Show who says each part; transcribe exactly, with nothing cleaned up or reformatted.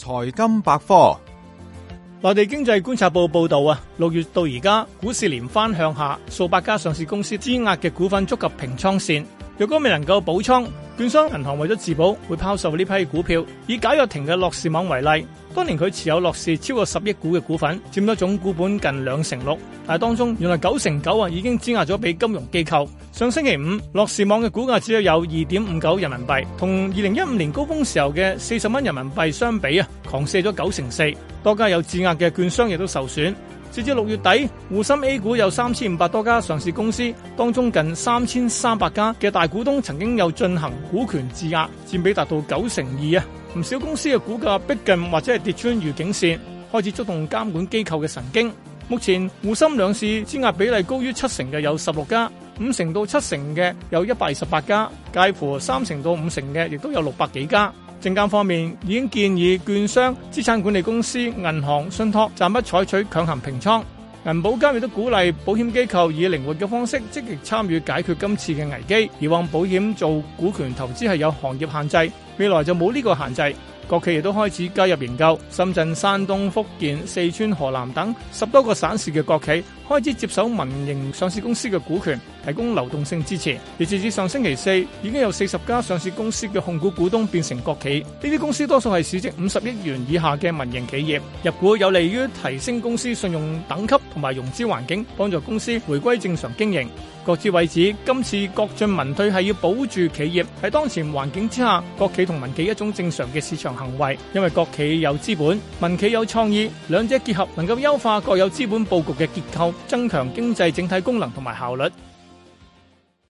Speaker 1: 財金百科。
Speaker 2: 內地經濟觀察報報道啊，六月到而家，股市連番向下，數百家上市公司積壓嘅股份觸及平倉線。若果未能夠補倉，券商銀行為咗自保，會拋售呢批股票。以賈躍亭嘅樂視網為例，當年佢持有樂視超過十億股嘅股份，佔咗總股本近兩成六，但係當中原來九成九啊已經質押咗俾金融機構。上星期五，樂視網嘅股價只有二點五九人民幣，同二零一五年高峰時候嘅四十蚊人民幣相比啊，狂瀉咗九成四。多家有質押嘅券商亦都受損。截至六月底，滬深 A 股有三千五百多家上市公司，當中近三千三百家嘅大股東曾經有進行股權質押，佔比達到九成二啊！唔少公司嘅股價逼近或者係跌穿預警線，開始觸動監管機構嘅神經。目前滬深兩市質押比例高於七成嘅有十六家，五成到七成嘅有一百二十八家，介乎三成到五成嘅亦都有六百幾家。證監方面已經建議券商、資產管理公司、銀行、信託暫不採取強行平倉。銀保監亦都鼓勵保險機構以靈活嘅方式積極參與解決今次嘅危機。以往保險做股權投資係有行業限制，未來就冇呢個限制。國企亦都開始加入研究，深圳、山東、福建、四川、河南等十多個省市嘅國企開始接手民營上市公司嘅股權，提供流動性支持。而截至上星期四，已經有四十家上市公司嘅控股股東變成國企。呢啲公司多數係市值五十億元以下嘅民營企業。入股有利於提升公司信用等級同埋融資環境，幫助公司回歸正常經營。國資委指今次國進民退係要保住企業，喺當前環境之下，國企同民企一種正常嘅市場行為，因為國企有資本，民企有創意，兩者結合能夠優化國有資本佈局嘅結構，增強經濟整體功能同埋效率。